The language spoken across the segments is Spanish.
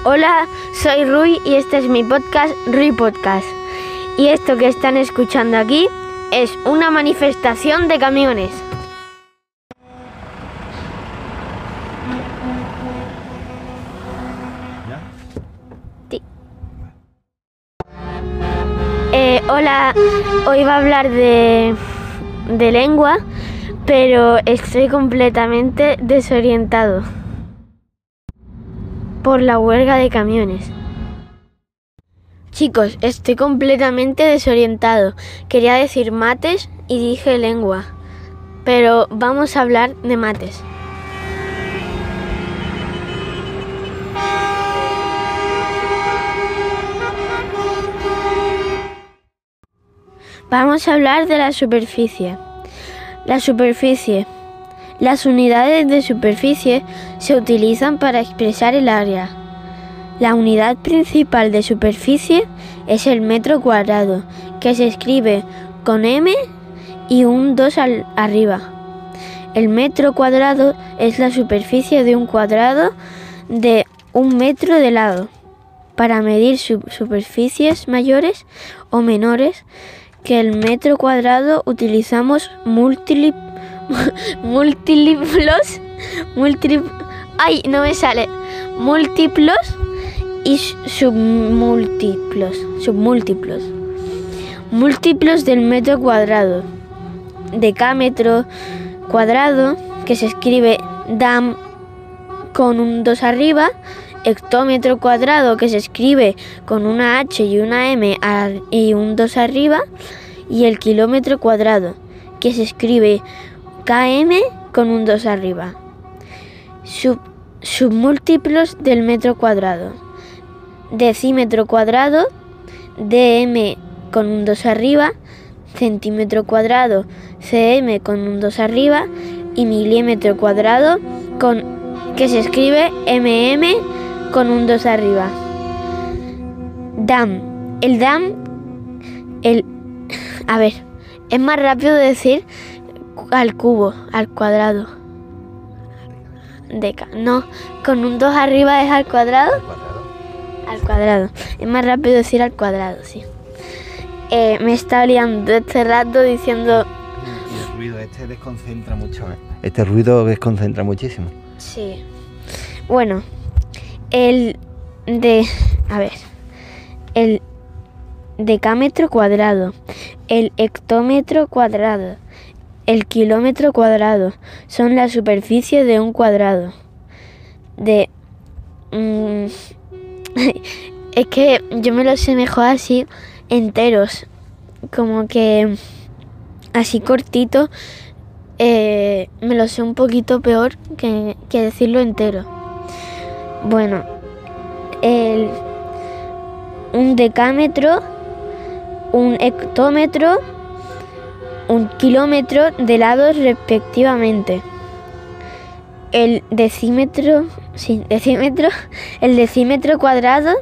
Hola, soy Rui y este es mi podcast, Rui Podcast. Y esto que están escuchando aquí es una manifestación de camiones. Sí. Hola, hoy va a hablar de lengua, pero estoy completamente desorientado por la huelga de camiones. Chicos, estoy completamente desorientado. Quería decir mates y dije lengua, pero vamos a hablar de mates. Vamos a hablar de la superficie. La superficie. Las unidades de superficie se utilizan para expresar el área. La unidad principal de superficie es el metro cuadrado, que se escribe con M y un 2 arriba. El metro cuadrado es la superficie de un cuadrado de 1 metro de lado. Para medir superficies mayores o menores que el metro cuadrado utilizamos múltiplos y submúltiplos. Múltiplos del metro cuadrado. Decámetro cuadrado, que se escribe dam con un 2 arriba. Hectómetro cuadrado, que se escribe con una H y una M y un 2 arriba. Y el kilómetro cuadrado, que se escribe KM con un 2 arriba. Submúltiplos del metro cuadrado. Decímetro cuadrado, DM con un 2 arriba. Centímetro cuadrado, CM con un 2 arriba. Y milímetro cuadrado, que se escribe MM con un 2 arriba. DAM. El DAM, es más rápido decir al cubo, al cuadrado. No, con un 2 arriba es al cuadrado. Al cuadrado. Es más rápido decir al cuadrado, sí. Me está liando este rato diciendo... El ruido este desconcentra mucho, ¿eh? Este ruido desconcentra muchísimo. Sí. Bueno, el decámetro cuadrado, el hectómetro cuadrado, el kilómetro cuadrado son la superficie de un cuadrado. Es que yo me los sé mejor así enteros, como que así cortito, me lo sé un poquito peor que decirlo entero. Bueno, un decámetro, un hectómetro, un kilómetro de lados respectivamente. El decímetro cuadrado.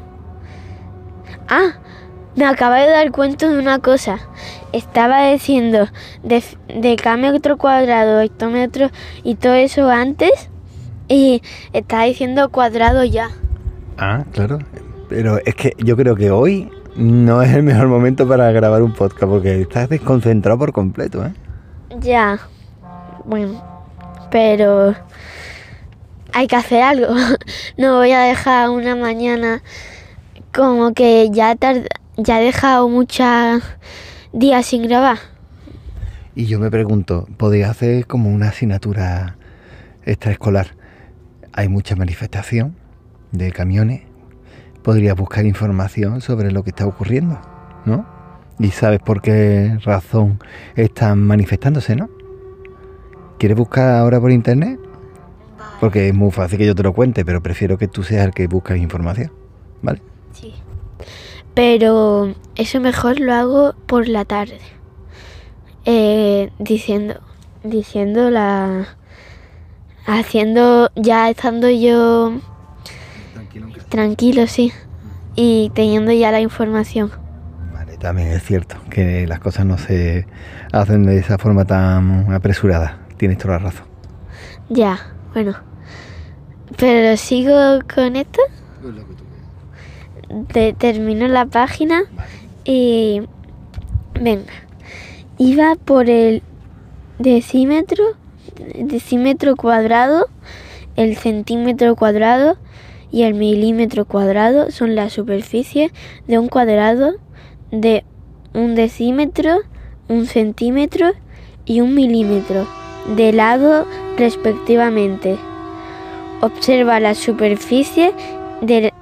Me acabo de dar cuenta de una cosa. Estaba diciendo decámetro cuadrado, hectómetro y todo eso antes, y estaba diciendo cuadrado ya. Claro. Pero es que yo creo que hoy no es el mejor momento para grabar un podcast porque estás desconcentrado por completo, ¿eh? Ya. Bueno, pero hay que hacer algo. No voy a dejar una mañana como que ya he dejado muchos días sin grabar. Y yo me pregunto, ¿podría hacer como una asignatura extraescolar? Hay mucha manifestación de camiones. Podrías buscar información sobre lo que está ocurriendo, ¿no? Y sabes por qué razón están manifestándose, ¿no? ¿Quieres buscar ahora por internet? Porque es muy fácil que yo te lo cuente, pero prefiero que tú seas el que busque información, ¿vale? Sí. Pero eso mejor lo hago por la tarde. Estando yo tranquilo, sí, y teniendo ya la información. Vale, también es cierto que las cosas no se hacen de esa forma tan apresurada. Tienes toda la razón. Ya, bueno. ¿Pero sigo con esto? Pues lo que tú quieras. termino la página y... Venga. Iba por el decímetro cuadrado, el centímetro cuadrado y el milímetro cuadrado son la superficie de un cuadrado de un decímetro, un centímetro y un milímetro de lado respectivamente. Observa la superficie de...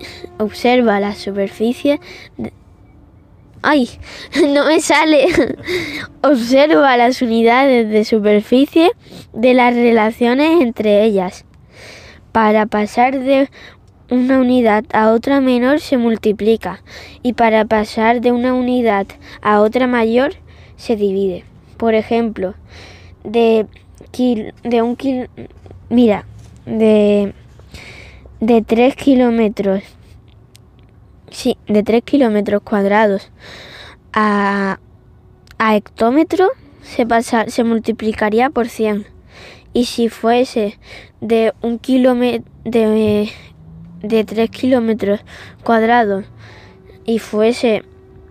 ¡Ay! No me sale. Observa las unidades de superficie de las relaciones entre ellas. Para pasar de una unidad a otra menor se multiplica y para pasar de una unidad a otra mayor se divide. Por ejemplo, de 3 kilómetros. Sí, de 3 kilómetros cuadrados a hectómetro se multiplicaría por 100. Y si fuese de 3 kilómetros cuadrados y fuese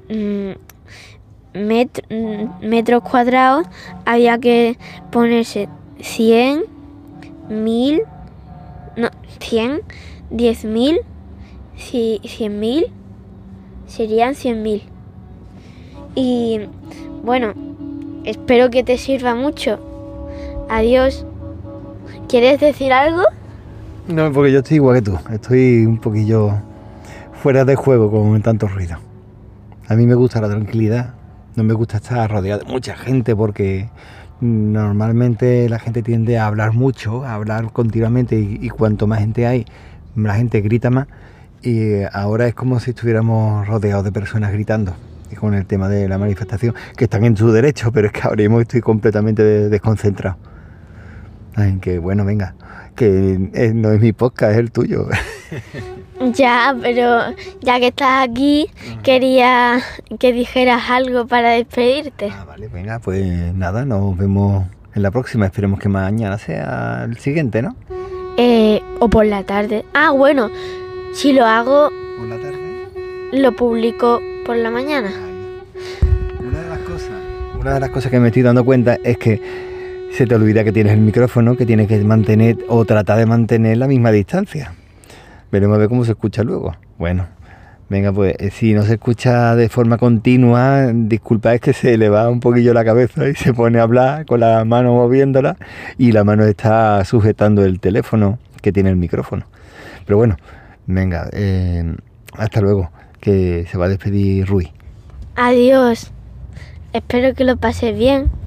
metros cuadrados, había que ponerse 100, 1000, no, 100, 10.000, 100.000, serían 100.000. Y bueno, espero que te sirva mucho. Adiós. ¿Quieres decir algo? No, porque yo estoy igual que tú. Estoy un poquillo fuera de juego con tanto ruido. A mí me gusta la tranquilidad. No me gusta estar rodeado de mucha gente porque normalmente la gente tiende a hablar mucho, a hablar continuamente y cuanto más gente hay, la gente grita más. Y ahora es como si estuviéramos rodeados de personas gritando. Y con el tema de la manifestación, que están en su derecho, pero es que ahora mismo estoy completamente desconcentrado. Ay, que bueno, venga, que no es mi podcast, es el tuyo. Ya, pero ya que estás aquí, quería que dijeras algo para despedirte. Vale, venga, pues nada, nos vemos en la próxima. Esperemos que mañana sea el siguiente, ¿no? O por la tarde. Ah, bueno, si lo hago... ¿Por la tarde? Lo publico por la mañana. Una de las cosas que me estoy dando cuenta es que se te olvida que tienes el micrófono, que tienes que mantener o tratar de mantener la misma distancia. Veremos a ver cómo se escucha luego. Bueno, venga, pues si no se escucha de forma continua, disculpa, es que se le va un poquillo la cabeza y se pone a hablar con la mano moviéndola y la mano está sujetando el teléfono que tiene el micrófono. Pero bueno, venga, hasta luego, que se va a despedir Rui. Adiós. Espero que lo pases bien.